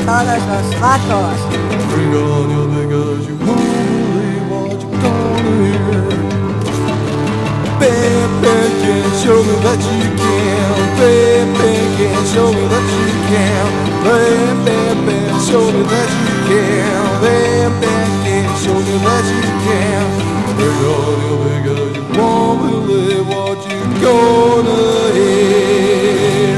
todos los vatos. Bring on your because you won't believe what you're gonna hear. Baby, can show me that you can. Baby, can show me that you can. Baby, show me that you can. Baby, can show me that you can. Bring on your because you won't believe what you're gonna hear.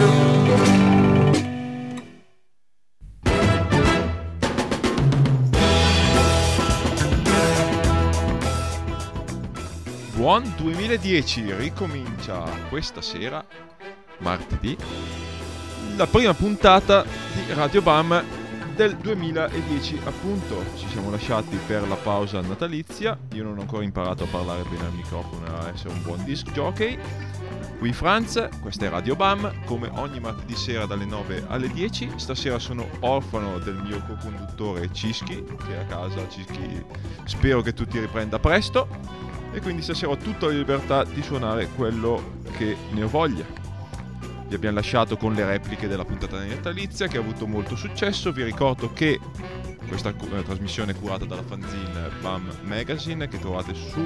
Buon 2010, ricomincia questa sera, martedì, la prima puntata di Radio Bam del 2010, appunto. Ci siamo lasciati per la pausa natalizia, io non ho ancora imparato a parlare bene al microfono e a essere un buon disc jockey. Qui Franz, questa è Radio Bam, come ogni martedì sera dalle 9 alle 10. Stasera sono orfano del mio co-conduttore Cischi, che è a casa. Cischi, spero che tu ti riprenda presto. E quindi stasera ho tutta la libertà di suonare quello che ne ho voglia. Vi abbiamo lasciato con le repliche della puntata natalizia, che ha avuto molto successo. Vi ricordo che questa trasmissione è curata dalla fanzine BAM Magazine, che trovate su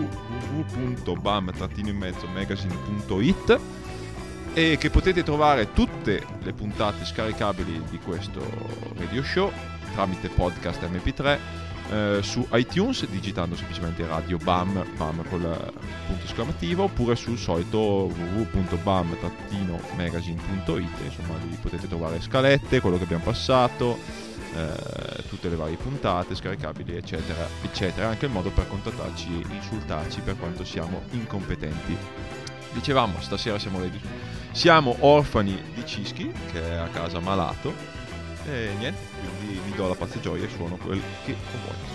www.bam-magazine.it, e che potete trovare tutte le puntate scaricabili di questo radio show tramite podcast MP3 su iTunes, digitando semplicemente Radio Bam, Bam con il punto esclamativo, oppure sul solito www.bam-magazine.it. Insomma, lì potete trovare scalette, quello che abbiamo passato, tutte le varie puntate scaricabili, eccetera eccetera, anche il modo per contattarci e insultarci per quanto siamo incompetenti. Dicevamo, stasera siamo orfani di Cischi, che è a casa malato. E niente, quindi vi do la pazza gioia e suono quel che ho voglia.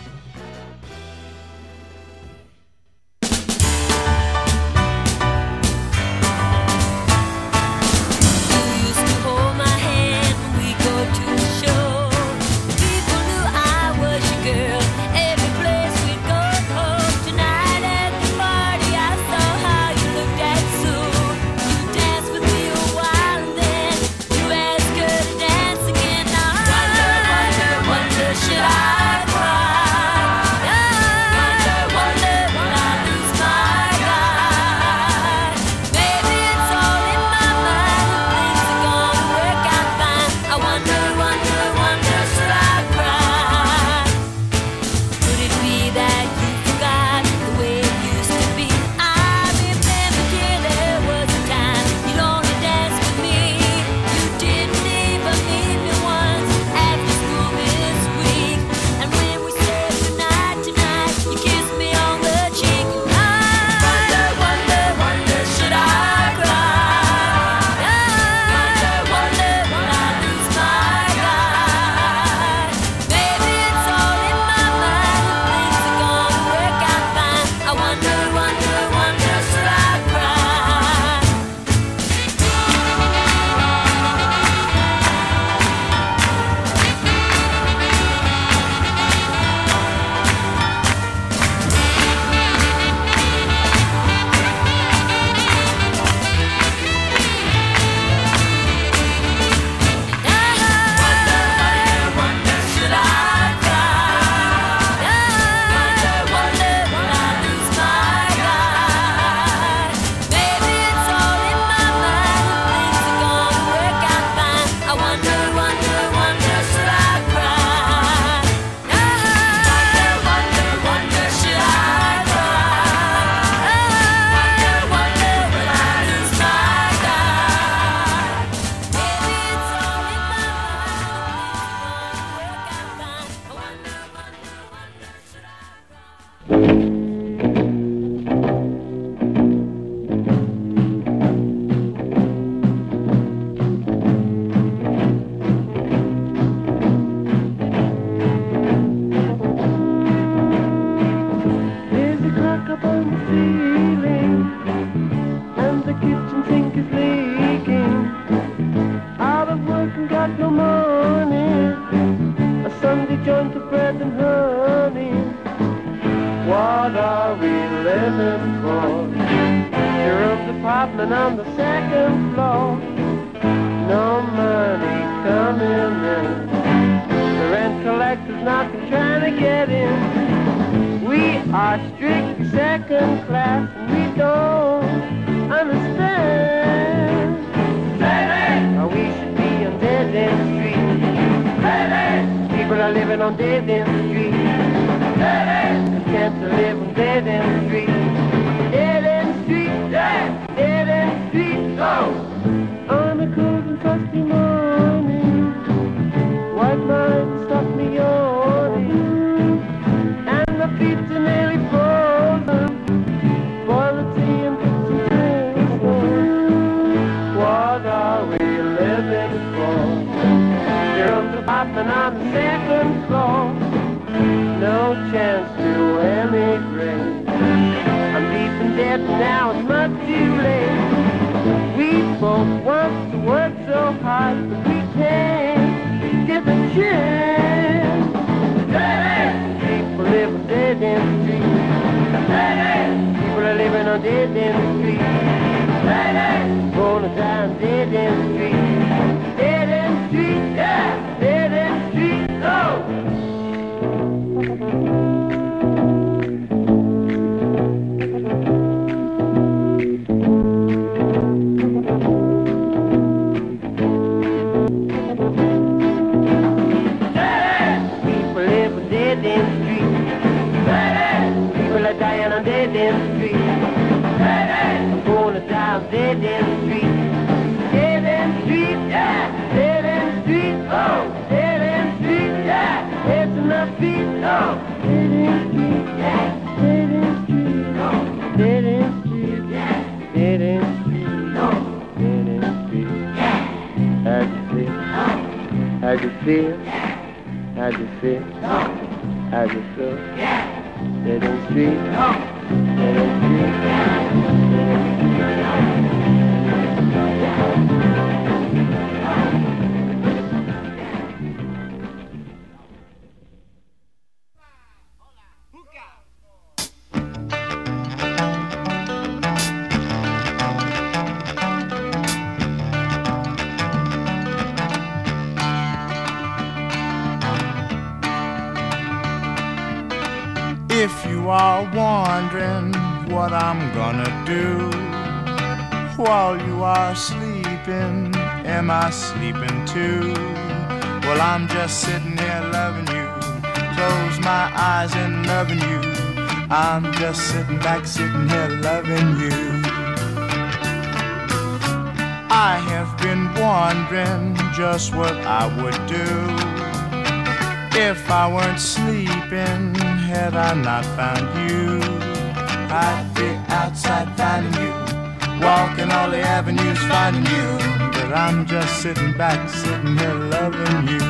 apartment on the second floor. No money coming in. guess there's nothing trying to get in. We are strictly second class and we don't understand how we should be on dead end street. People are living on dead end street. Can't live on dead end street. Dead end street, dead end street. Go! On a cold and frosty morning, white lines stop me yawning, and my feet are nearly frozen. Boil the tea and put some drinks on. What are we living for? Germs apartment on the second floor. No chance to emigrate. I'm deep in debt now, it's much too late. We both want to work so hard, but we can't get the chance. People live on dead end street. People are living on dead end street. Gonna die on dead end street. Dead end street, yeah, dead end street, no. Dying on dead end street. I'm gonna die on dead end street. Dead end street, yeah. Dead end street, oh. Dead end street, yeah. Heads in my feet, oh. Dead end street, yeah. Dead end street, oh. Dead end street, yeah. Dead end street, oh. Dead end street, yeah. How'd you feel? How'd you feel? How'd you feel? How'd you feel? Dead end street, dead end street. If you are wondering what I'm gonna do while you are sleeping, am I sleeping too? Well, I'm just sitting here loving you, close my eyes and loving you. I'm just sitting back, sitting here loving you. I have been wondering just what I would do if I weren't sleeping. Had I not found you, I'd be outside finding you, walking all the avenues finding you. But I'm just sitting back, sitting here loving you.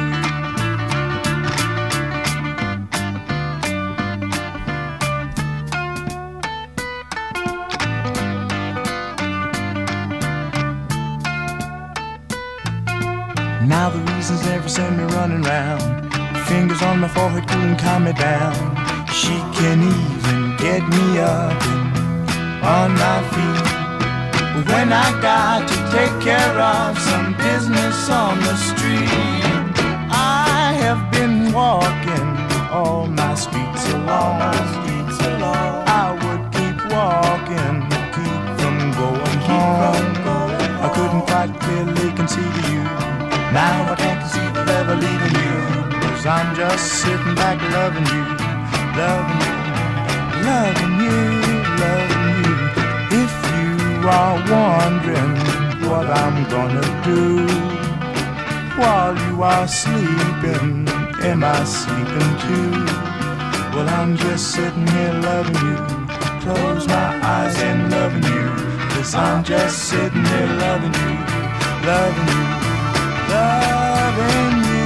Now the reasons never send me running round, fingers on my forehead couldn't calm me down. She can even get me up and on my feet when I got to take care of some business on the street. I have been walking all my streets along. I would keep walking, keep from going home. I couldn't quite clearly conceive of you. Now I can't conceive of ever leaving you, 'cause I'm just sitting back loving you, loving you, loving you, loving you. If you are wondering what I'm gonna do while you are sleeping, am I sleeping too? Well, I'm just sitting here loving you, close my eyes and loving you. 'Cause I'm just sitting here loving you, loving you, loving you.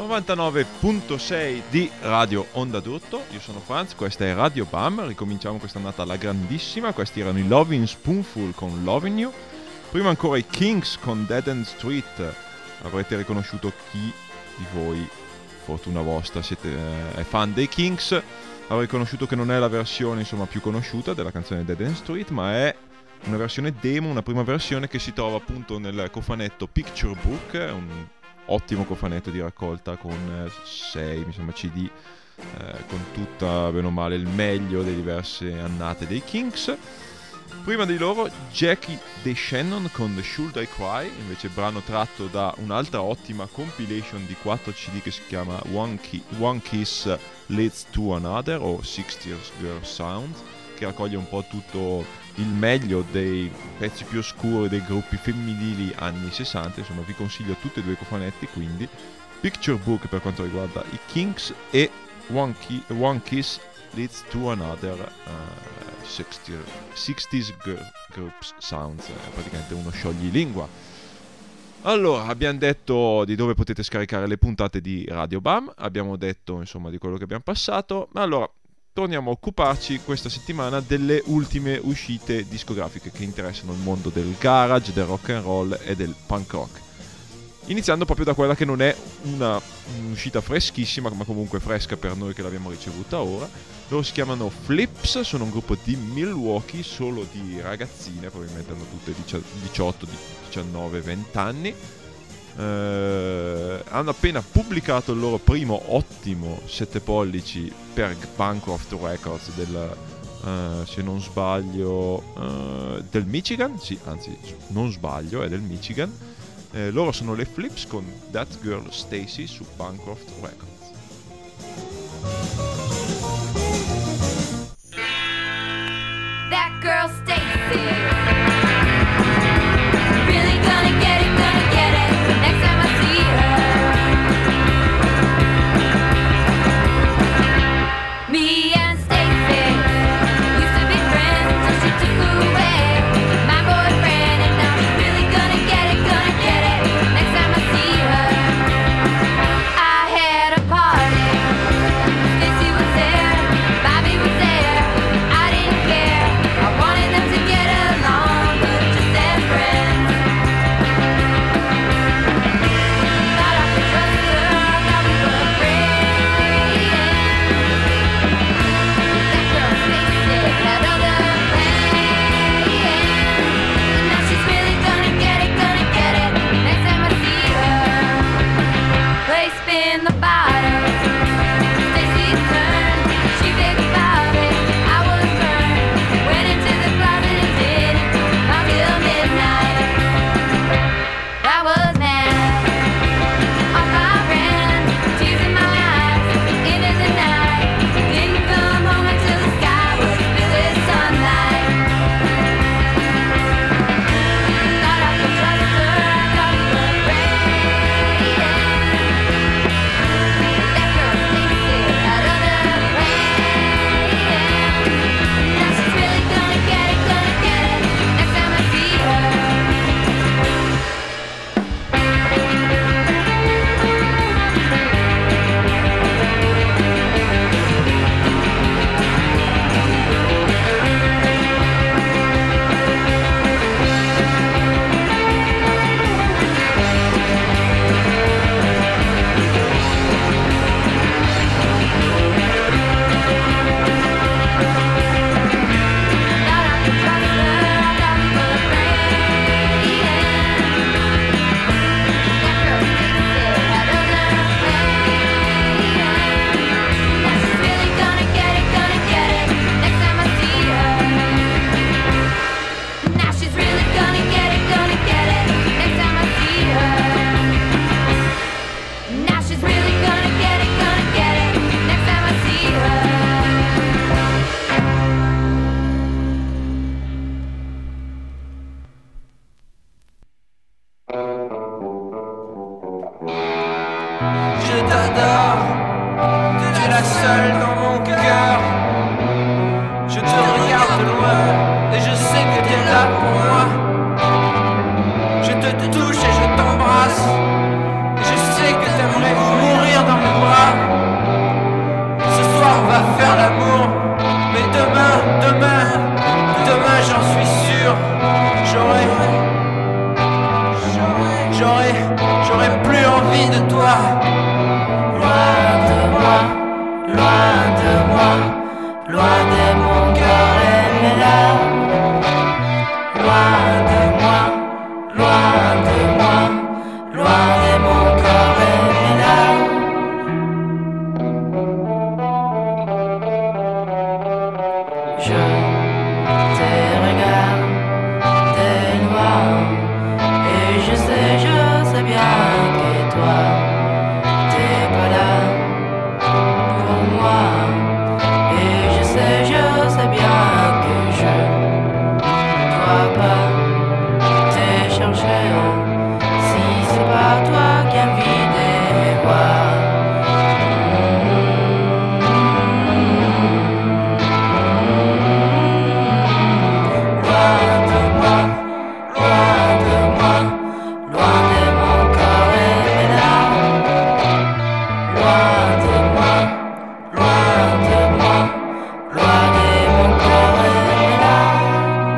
99.6 di Radio Onda d'Urto. Io sono Franz, questa è Radio Bam. Ricominciamo quest'annata alla grandissima. Questi erano i Lovin' Spoonful con Lovin' You. Prima ancora i Kinks con Dead End Street. Avrete riconosciuto chi di voi, fortuna vostra, è fan dei Kinks. Avrei riconosciuto che non è la versione insomma più conosciuta della canzone Dead End Street, ma è una versione demo, una prima versione che si trova appunto nel cofanetto Picture Book, un ottimo cofanetto di raccolta con 6 mi sembra CD, con tutta bene o male il meglio delle diverse annate dei Kinks. Prima di loro Jackie DeShannon con The Should I Cry, invece brano tratto da un'altra ottima compilation di 4 CD che si chiama One Kiss Leads to Another o 60's Girl Sound, che raccoglie un po' tutto il meglio dei pezzi più oscuri dei gruppi femminili anni 60. Insomma, vi consiglio tutti e due i cofanetti, quindi Picture Book per quanto riguarda i Kinks e One Kiss Leads to Another 60's Groups Sounds, praticamente uno scioglilingua. Allora, abbiamo detto di dove potete scaricare le puntate di Radio Bam, abbiamo detto insomma di quello che abbiamo passato, ma allora torniamo a occuparci questa settimana delle ultime uscite discografiche che interessano il mondo del garage, del rock and roll e del punk rock. Iniziando proprio da quella che non è un'uscita freschissima, ma comunque fresca per noi che l'abbiamo ricevuta ora. Loro si chiamano Flips, sono un gruppo di Milwaukee, solo di ragazzine, probabilmente hanno tutte 18, 19, 20 anni. Hanno appena pubblicato il loro primo ottimo 7 pollici per Bancroft Records del, se non sbaglio, del Michigan. Sì, anzi, non sbaglio, è del Michigan. Loro sono le Flips con That Girl Stacy su Bancroft Records. That girl Stacy, really gonna get it next time I see her. Me and Stacy used to be friends till she took away my boyfriend, and now she's really gonna get it next time I see her. I had a party, Stacy was there, Bobby was there, I didn't care, I wanted them to get along, but just as friends. Thought I could trust her, thought we were praying. That girl Stacy had other plans, and now she's really gonna get it next time I see her. Play spin the bottle, Stacy's turn, she begged about it, I was burned, went into the closet and did it until midnight. I was mad, off I ran, tears in my eyes, into the night, didn't come home until the sky was filled with sunlight. Thought I could trust her, I thought we were praying. That girl Stacy had other plans, now she's really gonna get it next time I see her. Thought I could trust her, I thought we were praying. That girl Stacy had other plans, now she's really gonna get it next time I see her. Now she's really gonna get it next time I see her. Now she's really gonna get it next time I see her. Je t'adore, t'es la seule dans mon cœur. Je te regarde de loin et je sais que t'es là pour moi. Je te touche et je t'embrasse. Et je sais que t'aimerais mourir j'aurais plus envie de toi. Loin de moi, loin de moi, loin de mon cœur et mes larmes. Loin de moi, loin de moi, loin de mon corps et mes larmes. Je te regarde de loin et je sais bien que toi t'es pas là pour moi. Et je sais bien que je dois pas te chercher si c'est pas toi qui as envie de voir. Loin de moi, loin de moi, loin de mon corps et mes larmes. Loin de moi, loin de moi, loin de mon corps et mes larmes.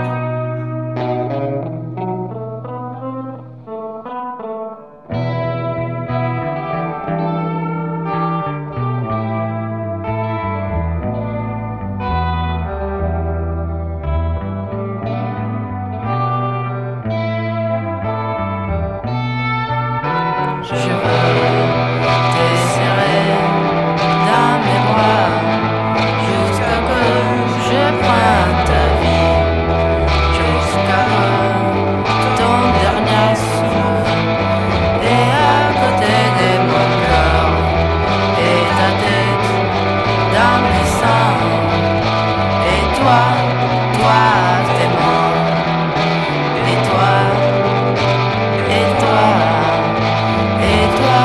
Je veux te serrer dans mes bras jusqu'à que je prenne ta vie, jusqu'à ton dernier souffle et à côté de mon cœur et ta tête dans mes seins. Et toi, toi t'es mort. Et toi, et toi, et toi.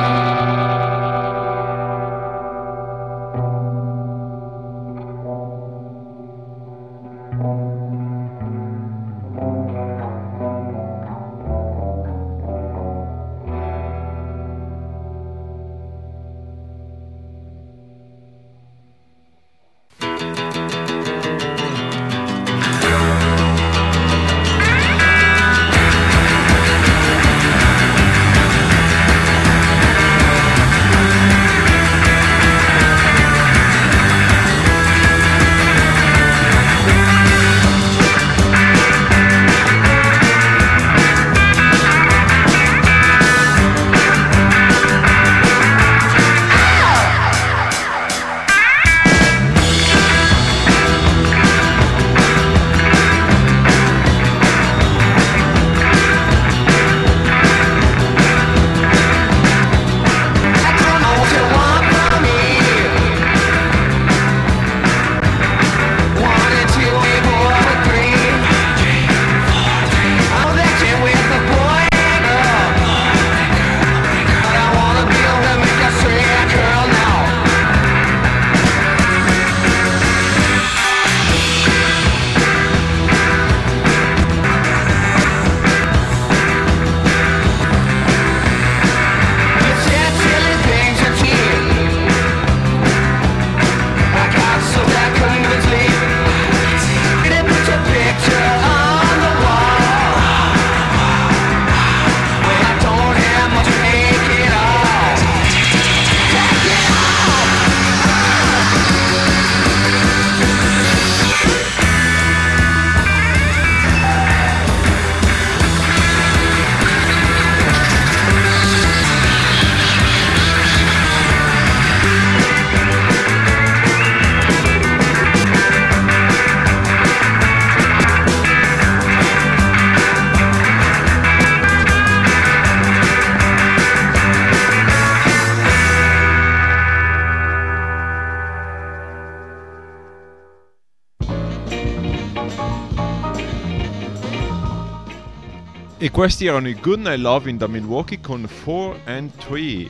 E questi erano i Good Night Lovin' da Milwaukee con 4 and 3,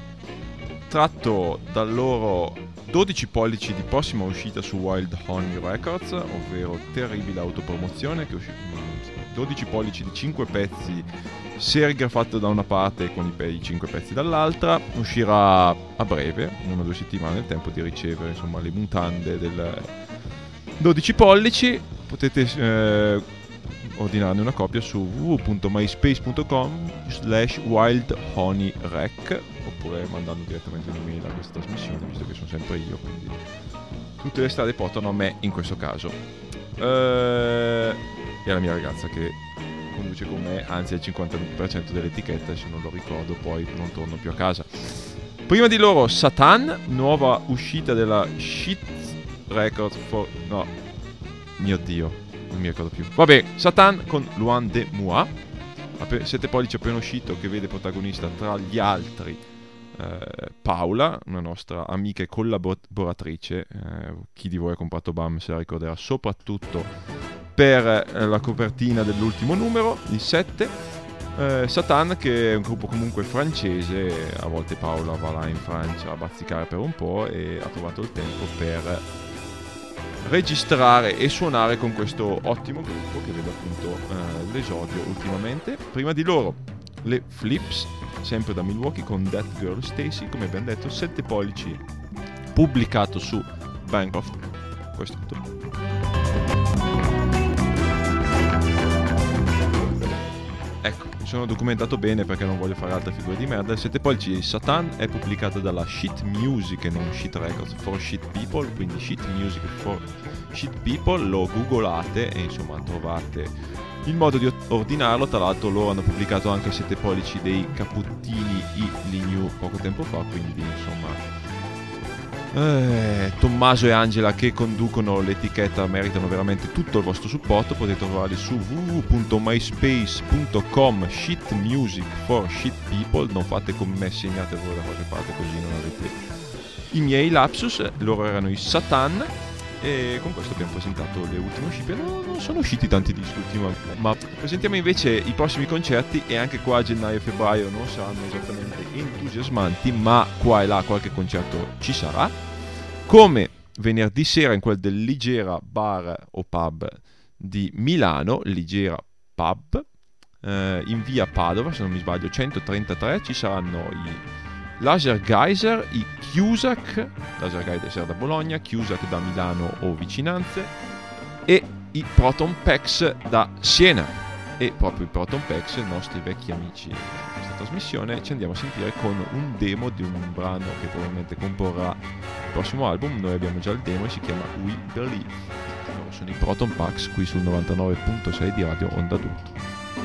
tratto dal loro 12 pollici di prossima uscita su Wild Honey Records, ovvero terribile autopromozione, che 12 pollici di 5 pezzi serigrafato da una parte con i 5 pezzi dall'altra. Uscirà a breve, in 1 o 2 settimane, il tempo di ricevere insomma le mutande del 12 pollici. Potete ordinarne una copia su www.myspace.com/wildhoneyrec, oppure mandando direttamente un'email a questa trasmissione, visto che sono sempre io, quindi tutte le strade portano a me in questo caso. E alla mia ragazza che conduce con me, anzi al 50% dell'etichetta, se non lo ricordo poi non torno più a casa. Prima di loro Satan, nuova uscita della Shit Records for... no, mio Dio, non mi ricordo più. Vabbè, Satan con Loin de Moi, 7 pollici appena uscito, che vede protagonista tra gli altri Paola, una nostra amica e collaboratrice. Chi di voi ha comprato BAM se la ricorderà soprattutto per la copertina dell'ultimo numero, il 7. Satan, che è un gruppo comunque francese, a volte Paola va là in Francia a bazzicare per un po' e ha trovato il tempo per registrare e suonare con questo ottimo gruppo che vede appunto l'esordio ultimamente. Prima di loro le Flips, sempre da Milwaukee, con That Girl Stacy, come abbiamo detto, 7 pollici, pubblicato su Bancroft. Questo è tutto. Ecco, mi sono documentato bene perché non voglio fare altre figure di merda. Il 7 pollici di Satan è pubblicato dalla Shit Music e non Shit Records for Shit People, quindi Shit Music for Shit People. Lo googolate e insomma trovate il modo di ordinarlo. Tra l'altro loro hanno pubblicato anche 7 pollici dei Caputtini i Lignu poco tempo fa, quindi insomma Tommaso e Angela che conducono l'etichetta meritano veramente tutto il vostro supporto. Potete trovarli su www.myspace.com Shit Music for Shit People. Non fate come me, segnate voi da qualche parte così non avete i miei lapsus. Loro erano i Satan e con questo abbiamo presentato le ultime uscite. Non sono usciti tanti dischi ultimamente, ma presentiamo invece i prossimi concerti, e anche qua gennaio e febbraio non saranno esattamente entusiasmanti, ma qua e là qualche concerto ci sarà, come venerdì sera in quel del Ligera Bar o Pub di Milano, Ligera Pub, in via Padova, se non mi sbaglio 133. Ci saranno i Laser Geyser, i Cusack, Laser Geyser da Bologna, Cusack da Milano o vicinanze, e i Proton Pax da Siena. E proprio i Proton Pax, i nostri vecchi amici di questa trasmissione, ci andiamo a sentire con un demo di un brano che probabilmente comporrà il prossimo album. Noi abbiamo già il demo e si chiama We Believe. Loro sono i Proton Pax qui sul 99.6 di Radio Onda Adulto.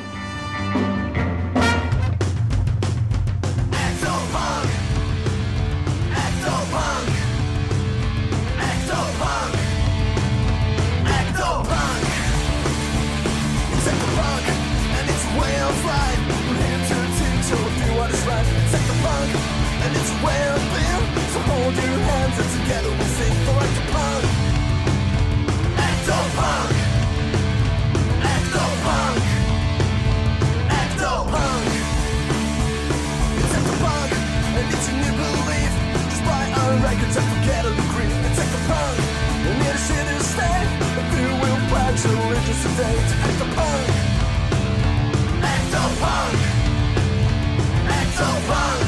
And it's way up there, so hold your hands and together we sing for Ectopunk. Ectopunk. Ectopunk. Ectopunk. It's Ectopunk, and it's a new belief. Just buy our records and forget all the grief. It's Ectopunk, and here to sit and stay. If you will pledge allegiance today to Ectopunk. Ectopunk. Ectopunk.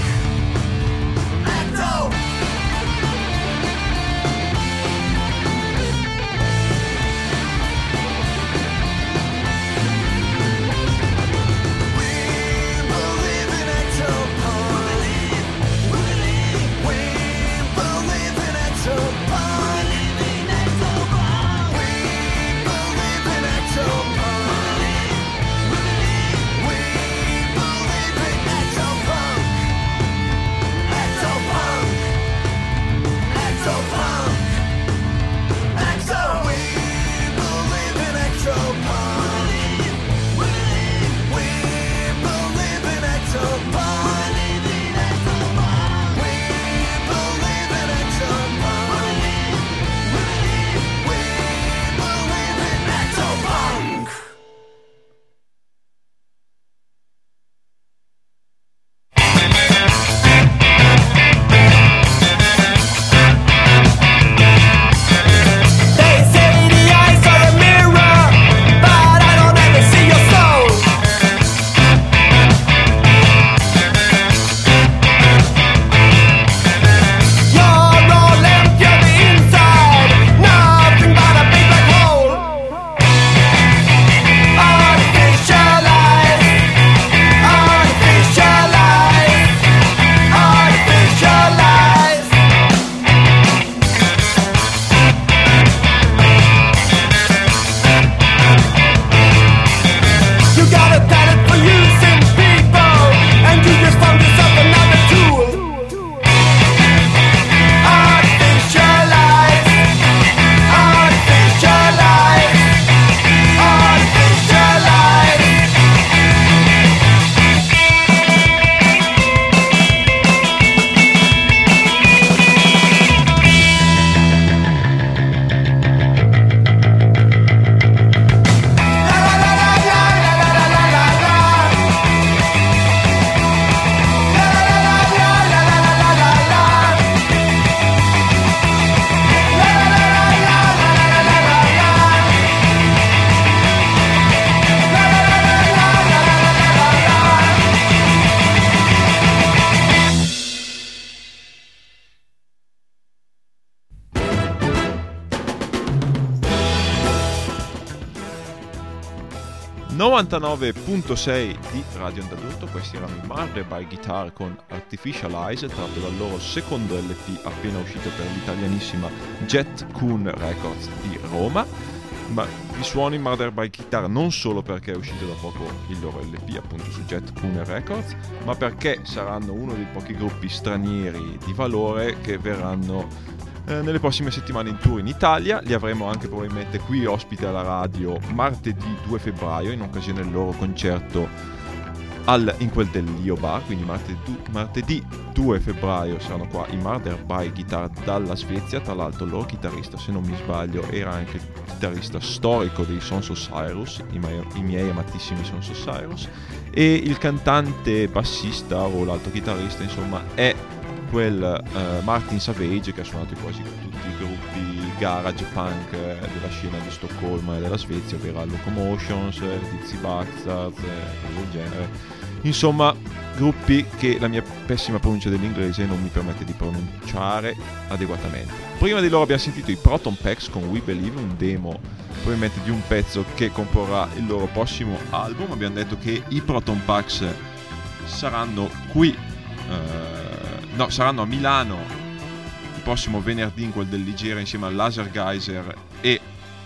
99.6 di Radio Onda d'Urto. Questi erano i Murder by Guitar con Artificial Eyes, tratto dal loro secondo LP appena uscito per l'italianissima Jet Coon Records di Roma. Ma vi suono i Murder by Guitar non solo perché è uscito da poco il loro LP appunto su Jet Coon Records, ma perché saranno uno dei pochi gruppi stranieri di valore che verranno nelle prossime settimane in tour in Italia. Li avremo anche probabilmente qui ospite alla radio martedì 2 febbraio in occasione del loro concerto in quel del Lio Bar, quindi martedì 2 febbraio saranno qua i Murder by Guitar dalla Svezia. Tra l'altro il loro chitarrista, se non mi sbaglio, era anche il chitarrista storico dei Sons of Cyrus, i miei amatissimi Sons of Cyrus, e il cantante bassista o l'altro chitarrista insomma è quel Martin Savage che ha suonato quasi tutti i gruppi garage punk della scena di Stoccolma e della Svezia, ovvero Locomotions, Dizzy Bastards, cose del genere. Insomma, gruppi che la mia pessima pronuncia dell'inglese non mi permette di pronunciare adeguatamente. Prima di loro abbiamo sentito i Proton Packs con We Believe, un demo probabilmente di un pezzo che comporrà il loro prossimo album. Abbiamo detto che i Proton Packs saranno qui saranno a Milano il prossimo venerdì in quel del Ligera insieme a Laser Geyser e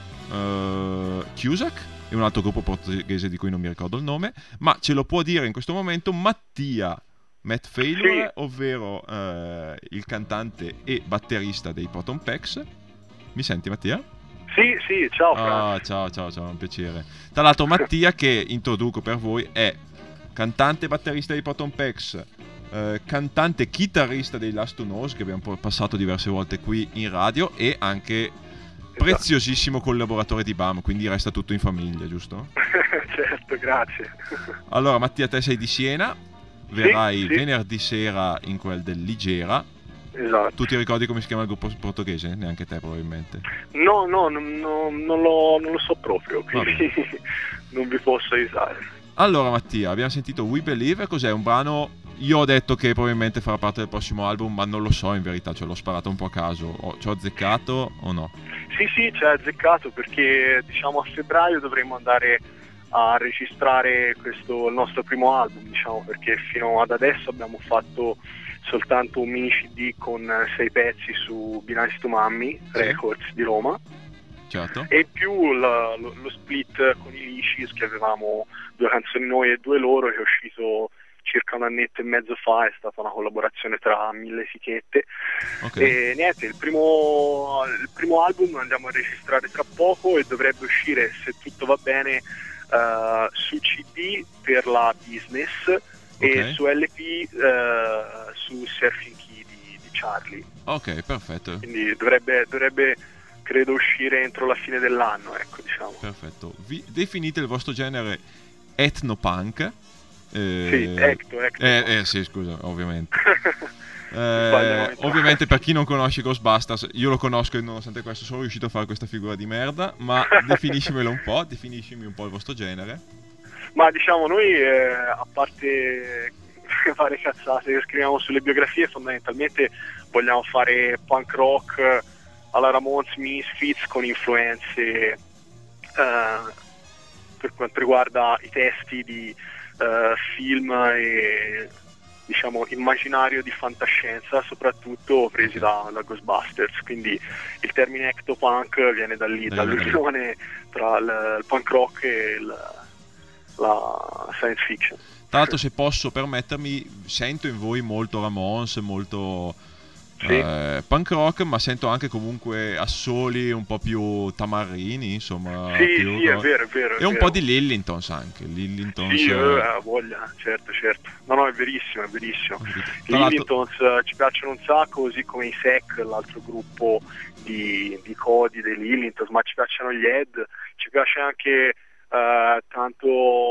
Cusack e un altro gruppo portoghese di cui non mi ricordo il nome, ma ce lo può dire in questo momento Matt Failure, sì, ovvero il cantante e batterista dei Proton Packs. Mi senti, Mattia? Sì, ciao Frank. Ciao, un piacere. Tra l'altro Mattia, che introduco per voi, è cantante e batterista dei Proton Packs, cantante e chitarrista dei Last to Knows, che abbiamo passato diverse volte qui in radio, e anche preziosissimo collaboratore di BAM, quindi resta tutto in famiglia, giusto? Certo, grazie. Allora Mattia, te sei di Siena, verrai venerdì sera in quel del Ligera. Esatto. Tu ti ricordi come si chiama il gruppo portoghese? Neanche te probabilmente. No, non lo so proprio, quindi non vi posso aiutare. Allora Mattia, abbiamo sentito We Believe. Cos'è? Un brano, io ho detto che probabilmente farà parte del prossimo album, ma non lo so in verità, l'ho sparato un po' a caso. Ci ho azzeccato o no? Sì, ci hai azzeccato, perché diciamo a febbraio dovremo andare a registrare il nostro primo album, diciamo, perché fino ad adesso abbiamo fatto soltanto un mini CD con 6 pezzi su Be Nice to Mommy Records di Roma. Certo. E più lo split con i Licis, che avevamo 2 canzoni noi e 2 loro, che è uscito circa un annetto e mezzo fa. È stata una collaborazione tra 1000 etichette. E niente, il primo album lo andiamo a registrare tra poco e dovrebbe uscire, se tutto va bene, su CD per la Business e su LP su Surfing Key di Charlie. Ok, perfetto. Quindi dovrebbe credo uscire entro la fine dell'anno, ecco, diciamo. Perfetto. Definite il vostro genere etnopunk. Sì, ecto. Sì, scusa, ovviamente. Ovviamente per chi non conosce Ghostbusters, io lo conosco e nonostante questo sono riuscito a fare questa figura di merda, ma definiscimi un po' il vostro genere. Ma diciamo noi, a parte fare cazzate che scriviamo sulle biografie, fondamentalmente vogliamo fare punk rock alla Ramones, Misfits, con influenze per quanto riguarda i testi di film e diciamo immaginario di fantascienza, soprattutto presi da Ghostbusters. Quindi il termine ectopunk viene da lì, dall'unione tra il punk rock e la science fiction. Tra l'altro, se posso permettermi, sento in voi molto Ramones, molto punk rock, ma sento anche comunque assoli un po' più tamarrini, insomma. Sì, è vero. E un po' di Lillingtons anche. Sì, voglia, certo. No, è verissimo. I Lillingtons ci piacciono un sacco, così come i Sec, l'altro gruppo di Cody dei Lillingtons, ma ci piacciono gli Ed, ci piace anche tanto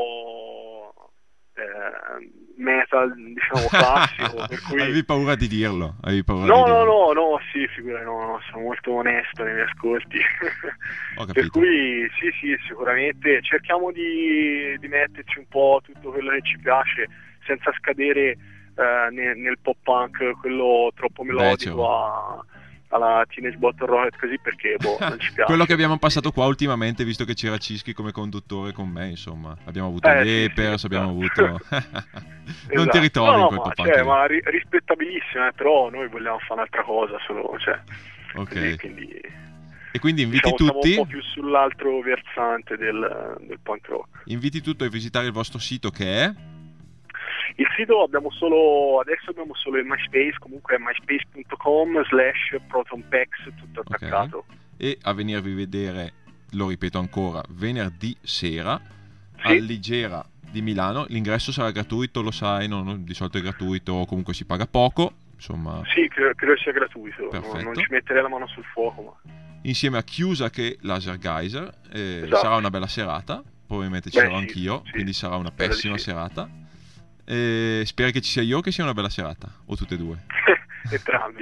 metal, diciamo, classico. Per cui... Avevi paura di dirlo? No, sì, figurati, no, sono molto onesto nei miei ascolti. Per cui sì, sicuramente cerchiamo di metterci un po' tutto quello che ci piace, senza scadere nel pop punk, quello troppo melodico, alla Teenage Bottle Rocket così perché non ci piace. Quello che abbiamo passato qua ultimamente, visto che c'era Cischi come conduttore con me, insomma, abbiamo avuto Lepers, sì, abbiamo esatto. avuto non ti ritrovi in quel pop ma rispettabilissimo, però noi vogliamo fare un'altra cosa, solo, cioè, ok. quindi E quindi inviti diciamo, tutti siamo un po' più sull'altro versante del punk rock. inviti tutti a visitare il vostro sito, che è Il sito adesso abbiamo solo il MySpace, comunque è myspace.com/protonpex, tutto attaccato. e a venirvi a vedere, lo ripeto ancora, venerdì sera Sì. all'Igera di Milano. L'ingresso sarà gratuito, lo sai, di solito è gratuito o comunque si paga poco, insomma. Sì, credo sia gratuito, Perfetto. non ci metterei la mano sul fuoco, ma Insieme a Chiusa che Laser Geyser, Esatto. sarà una bella serata, probabilmente ci Beh, sarò sì, anch'io, sì. quindi sarà una Spero di pessima sì. serata. Speri che ci sia io o che sia una bella serata? O tutte e due? entrambi.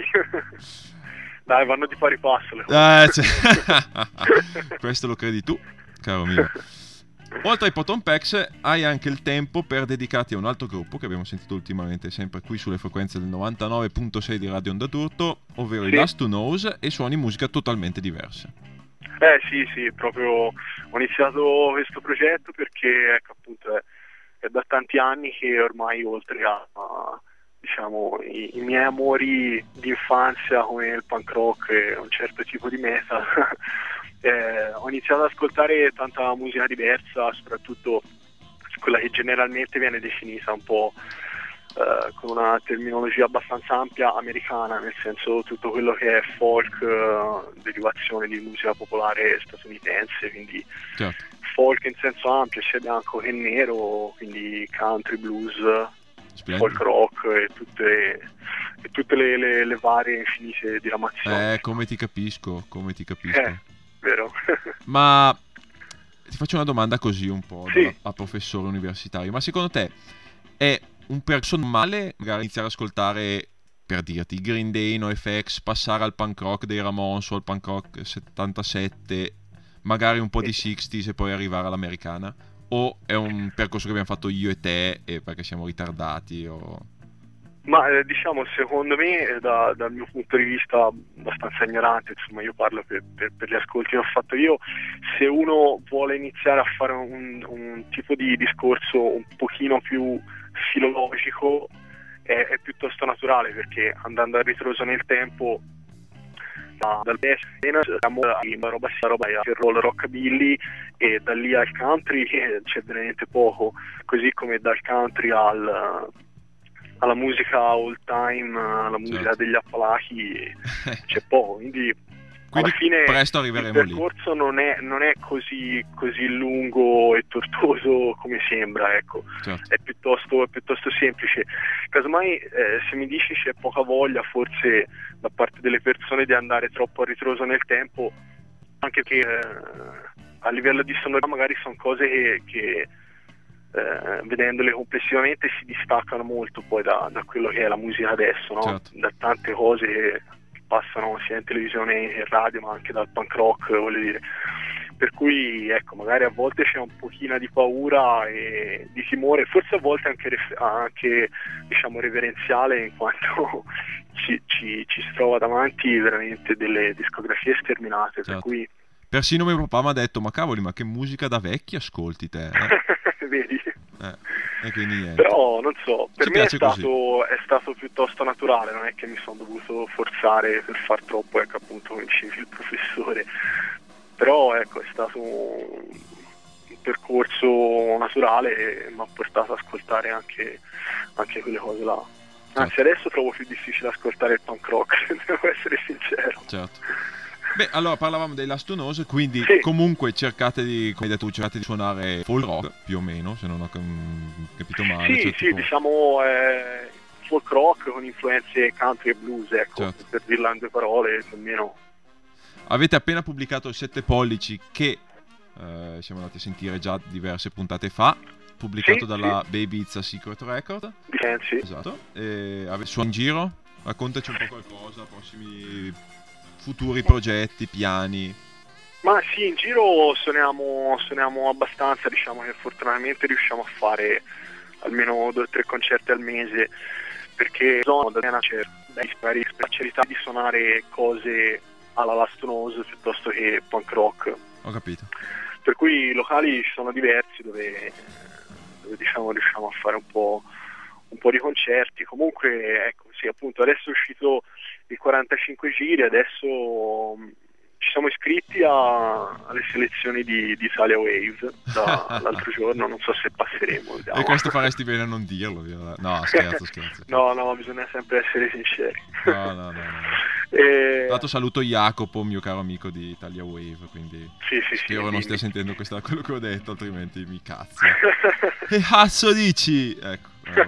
Dai, vanno di pari passo le cose. Questo lo credi tu, caro mio. Oltre ai Proton Packs hai anche il tempo per dedicarti a un altro gruppo che abbiamo sentito ultimamente sempre qui sulle frequenze del 99.6 di Radio Onda d'Urto, ovvero i Sì. Last to Knows, e suoni musica totalmente diverse. Sì, proprio ho iniziato questo progetto perché ecco, appunto è da tanti anni che ormai oltre a diciamo i miei amori di infanzia come il punk rock e un certo tipo di metal ho iniziato ad ascoltare tanta musica diversa, soprattutto quella che generalmente viene definita un po' con una terminologia abbastanza ampia americana, nel senso tutto quello che è folk, derivazione di musica popolare statunitense, quindi Certo. folk in senso ampio, sia bianco che nero, quindi country, blues, Splendido. folk rock e tutte le varie infinite diramazioni. Come ti capisco. Vero. Ma ti faccio una domanda così un po' Sì. a professore universitario. Ma secondo te è un personale magari iniziare ad ascoltare, per dirti, Green Day, NoFX, passare al punk rock dei Ramones o al punk rock 77, magari un po' di 60s e poi arrivare all'americana? O è un percorso che abbiamo fatto io e te e perché siamo ritardati? Ma diciamo, secondo me, dal mio punto di vista abbastanza ignorante, insomma io parlo per gli ascolti che ho fatto io, se uno vuole iniziare a fare un tipo di discorso un pochino più filologico è piuttosto naturale, perché andando a ritroso nel tempo dal jazz alla roba il roll rockabilly, e da lì al country c'è veramente poco, così come dal country alla musica old time, alla musica Certo. degli Appalachi c'è poco, quindi alla fine presto arriveremo il percorso non è così lungo e tortuoso come sembra, ecco. Certo. È piuttosto semplice. Casomai se mi dici c'è poca voglia forse da parte delle persone di andare troppo a ritroso nel tempo, anche che a livello di sonorità magari sono cose che vedendole complessivamente si distaccano molto poi da quello che è la musica adesso, no? Certo. Da tante cose che passano sia in televisione che in radio, ma anche dal punk rock, voglio dire. Per cui ecco, magari a volte c'è un pochino di paura e di timore, forse a volte anche diciamo reverenziale, in quanto ci si trova davanti veramente delle discografie sterminate, Certo. per cui Persino mio papà mi ha detto: ma cavoli, ma che musica da vecchi ascolti te? vedi. E quindi niente. Però non so, per Ci me è piace così. stato piuttosto naturale, non è che mi sono dovuto forzare per far troppo, ecco, appunto come dicevi il professore, però ecco, è stato un percorso naturale e mi ha portato ad ascoltare anche quelle cose là. Anzi, adesso trovo più difficile ascoltare il punk rock, devo essere sincero. Certo. Beh, allora parlavamo dei Last to Knows, quindi Sì. comunque cercate di, come hai detto, cercate di suonare folk rock, più o meno, se non ho capito male. Sì, cioè, sì, tipo- diciamo folk rock con influenze country e blues, ecco, Certo. per dirla in due parole, più o meno. Avete appena pubblicato il 7 pollici che siamo andati a sentire già diverse puntate fa, pubblicato Sì, dalla Baby It's a Secret Record. Di Fancy. Esatto. E avete suono in giro? Raccontaci un po' qualcosa, prossimi futuri progetti, piani. Ma sì, in giro suoniamo abbastanza, diciamo che fortunatamente riusciamo a fare almeno 2 o 3 concerti al mese, perché zona da Siena c'è facilità di suonare cose alla Last Nose piuttosto che punk rock. Ho capito. Per cui i locali ci sono diversi dove diciamo riusciamo a fare un po' di concerti. Comunque ecco, sì, appunto adesso è uscito il 45 giri, adesso ci siamo iscritti alle selezioni di Italia Wave l'altro giorno, non so se passeremo. Vediamo. E questo faresti bene a non dirlo, via. No, scherzo. No, bisogna sempre essere sinceri. No. Tanto saluto Jacopo, mio caro amico di Italia Wave, quindi spero non stia sentendo quello che ho detto, altrimenti mi cazzo. Che cazzo dici? Ecco,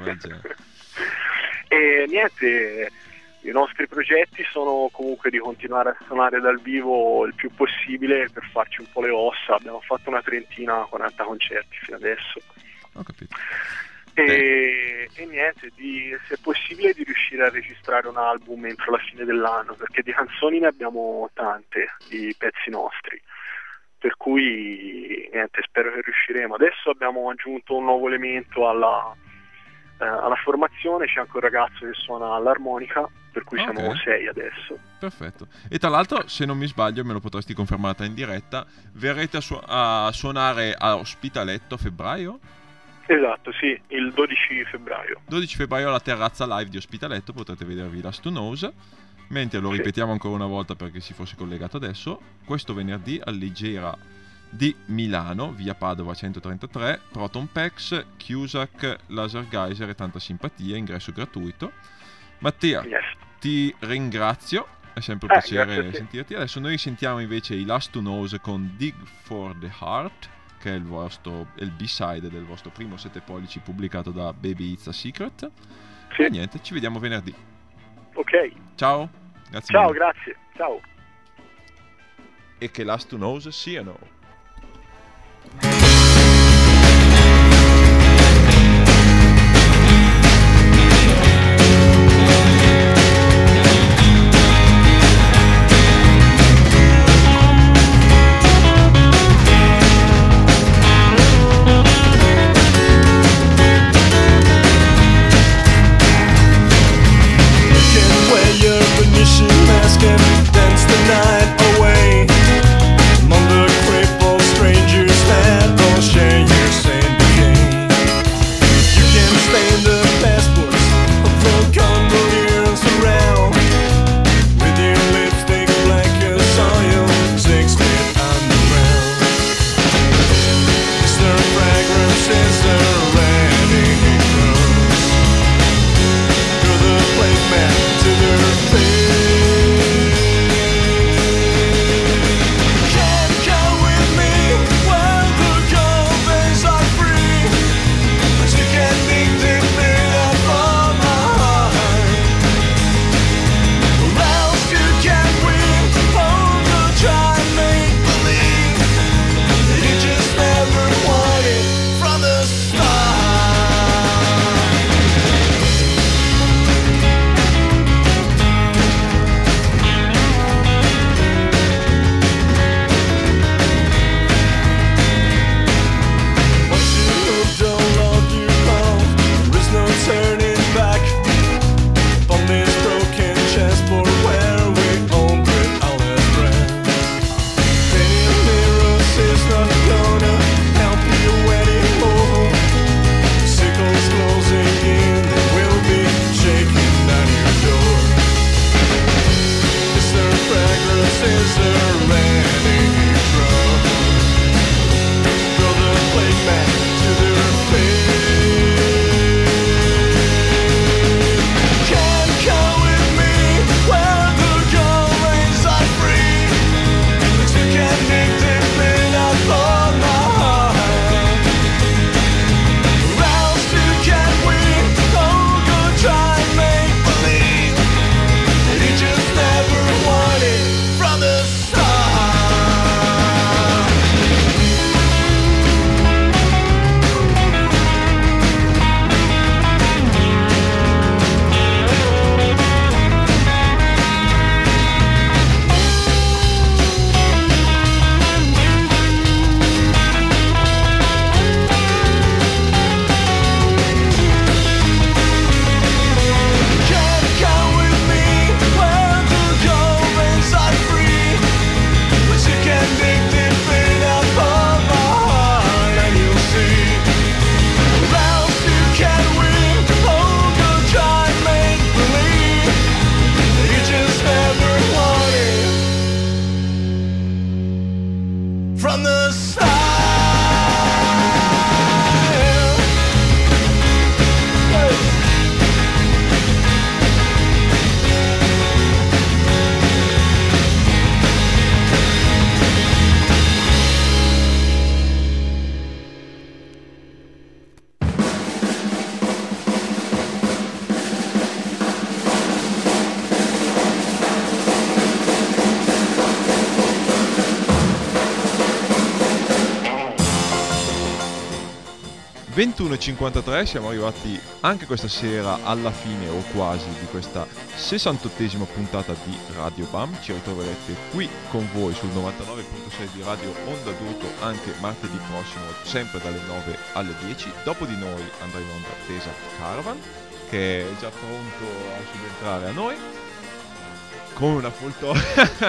e niente, i nostri progetti sono comunque di continuare a suonare dal vivo il più possibile per farci un po' le ossa. Abbiamo fatto una 30-40 concerti fino adesso. Ho capito. E niente, se è possibile di riuscire a registrare un album entro la fine dell'anno, perché di canzoni ne abbiamo tante, di pezzi nostri, per cui niente, spero che riusciremo. Adesso abbiamo aggiunto un nuovo elemento alla formazione, c'è anche un ragazzo che suona all'armonica, per cui siamo 6 adesso. Perfetto. E tra l'altro, se non mi sbaglio, me lo potresti confermare in diretta, verrete a suonare a Ospitaletto a febbraio? Esatto, sì, il 12 febbraio. 12 febbraio alla terrazza live di Ospitaletto, potrete vedervi Last to Nose. Mentre lo ripetiamo ancora una volta perché si fosse collegato adesso, questo venerdì all'Igera di Milano, via Padova 133, Proton Pax, Cusack, Laser Geyser e tanta simpatia, ingresso gratuito. Mattia, ti ringrazio, è sempre un piacere sentirti. Adesso noi sentiamo invece i Last to Nose con Dig for the Heart, che è il B-side del vostro primo 7 pollici pubblicato da Baby It's a Secret. E niente, ci vediamo venerdì. Ok. Ciao. Grazie. Ciao, grazie. Ciao. E che Last to Nose siano. Mask and dance the night away among the crippled strangers that 21:53, siamo arrivati anche questa sera alla fine o quasi di questa 68esima puntata di Radio BAM. Ci ritroverete qui con voi sul 99.6 di Radio Onda d'Urto anche martedì prossimo, sempre dalle 9 alle 10. Dopo di noi andrà in onda Desert Caravan, che è già pronto a subentrare a noi con una foltore.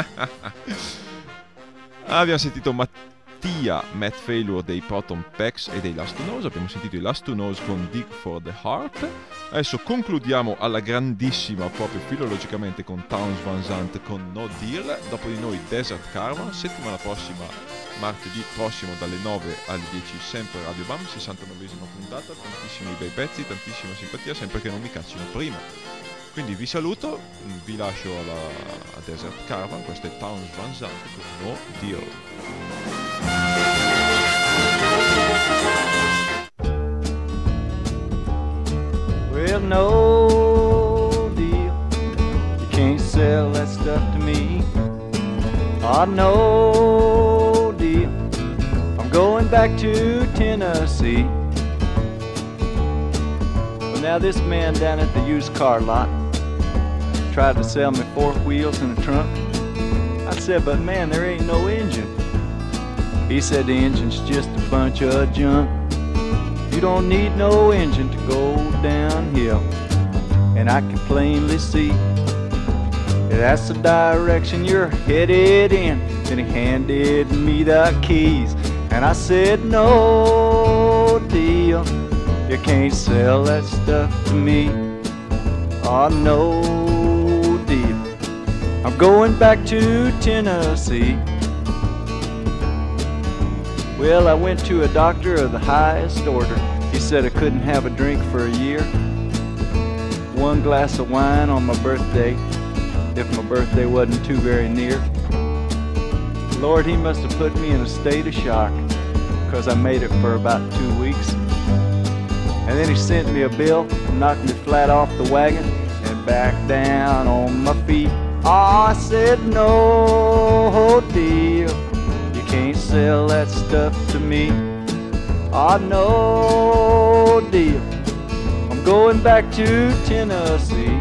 Abbiamo sentito Matt Failure dei Proton Packs e dei Last to Knows. Abbiamo sentito i Last to Knows con Dig for the Heart. Adesso concludiamo alla grandissima, proprio filologicamente, con Townes Van Zandt con No Deal. Dopo di noi Desert Caravan. Settimana prossima, martedì prossimo dalle 9 alle 10, sempre Radio BAM, 69esima puntata. Tantissimi bei pezzi, tantissima simpatia, sempre che non mi caccino prima. Quindi vi saluto, vi lascio a Desert Caravan. Questo è Townes Van Zandt con No Deal. Well, no deal, you can't sell that stuff to me. Oh, no deal, I'm going back to Tennessee. Well, now this man down at the used car lot tried to sell me 4 wheels and a trunk. I said, but man, there ain't no engine. He said the engine's just a bunch of junk. You don't need no engine to go downhill. And I can plainly see that's the direction you're headed in. Then he handed me the keys, and I said, no deal, you can't sell that stuff to me. Oh, no deal, I'm going back to Tennessee. Well, I went to a doctor of the highest order. He said I couldn't have a drink for a year. 1 glass of wine on my birthday, if my birthday wasn't too very near. Lord, he must have put me in a state of shock, 'cause I made it for about 2 weeks. And then he sent me a bill, knocked me flat off the wagon, and back down on my feet. Oh, I said, no deal, can't sell that stuff to me. Oh, no deal, I'm going back to Tennessee.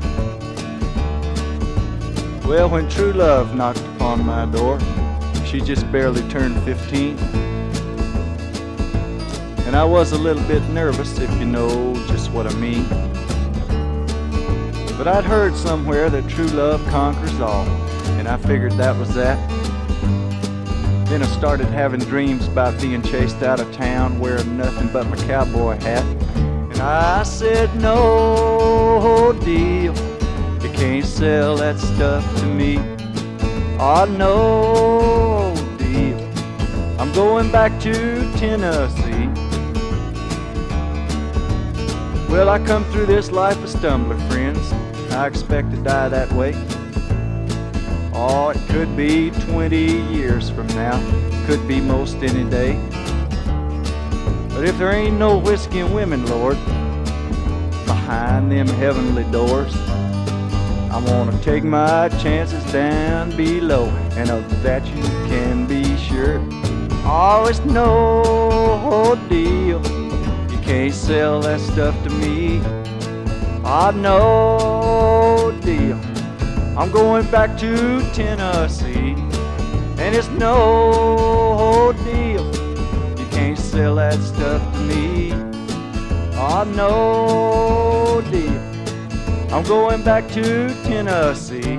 Well, when true love knocked upon my door, she just barely turned 15. And I was a little bit nervous, if you know just what I mean. But I'd heard somewhere that true love conquers all, and I figured that was that. Then I started having dreams about being chased out of town wearing nothing but my cowboy hat. And I said, no deal, you can't sell that stuff to me. Oh, no deal, I'm going back to Tennessee. Well, I come through this life a stumbler, friends. I expect to die that way. Oh, it could be 20 years from now, could be most any day. But if there ain't no whiskey and women, Lord, behind them heavenly doors, I'm gonna take my chances down below, and of that you can be sure. Oh, it's no deal, you can't sell that stuff to me. Oh, no deal, I'm going back to Tennessee. And it's no deal, you can't sell that stuff to me. Oh, no deal, I'm going back to Tennessee.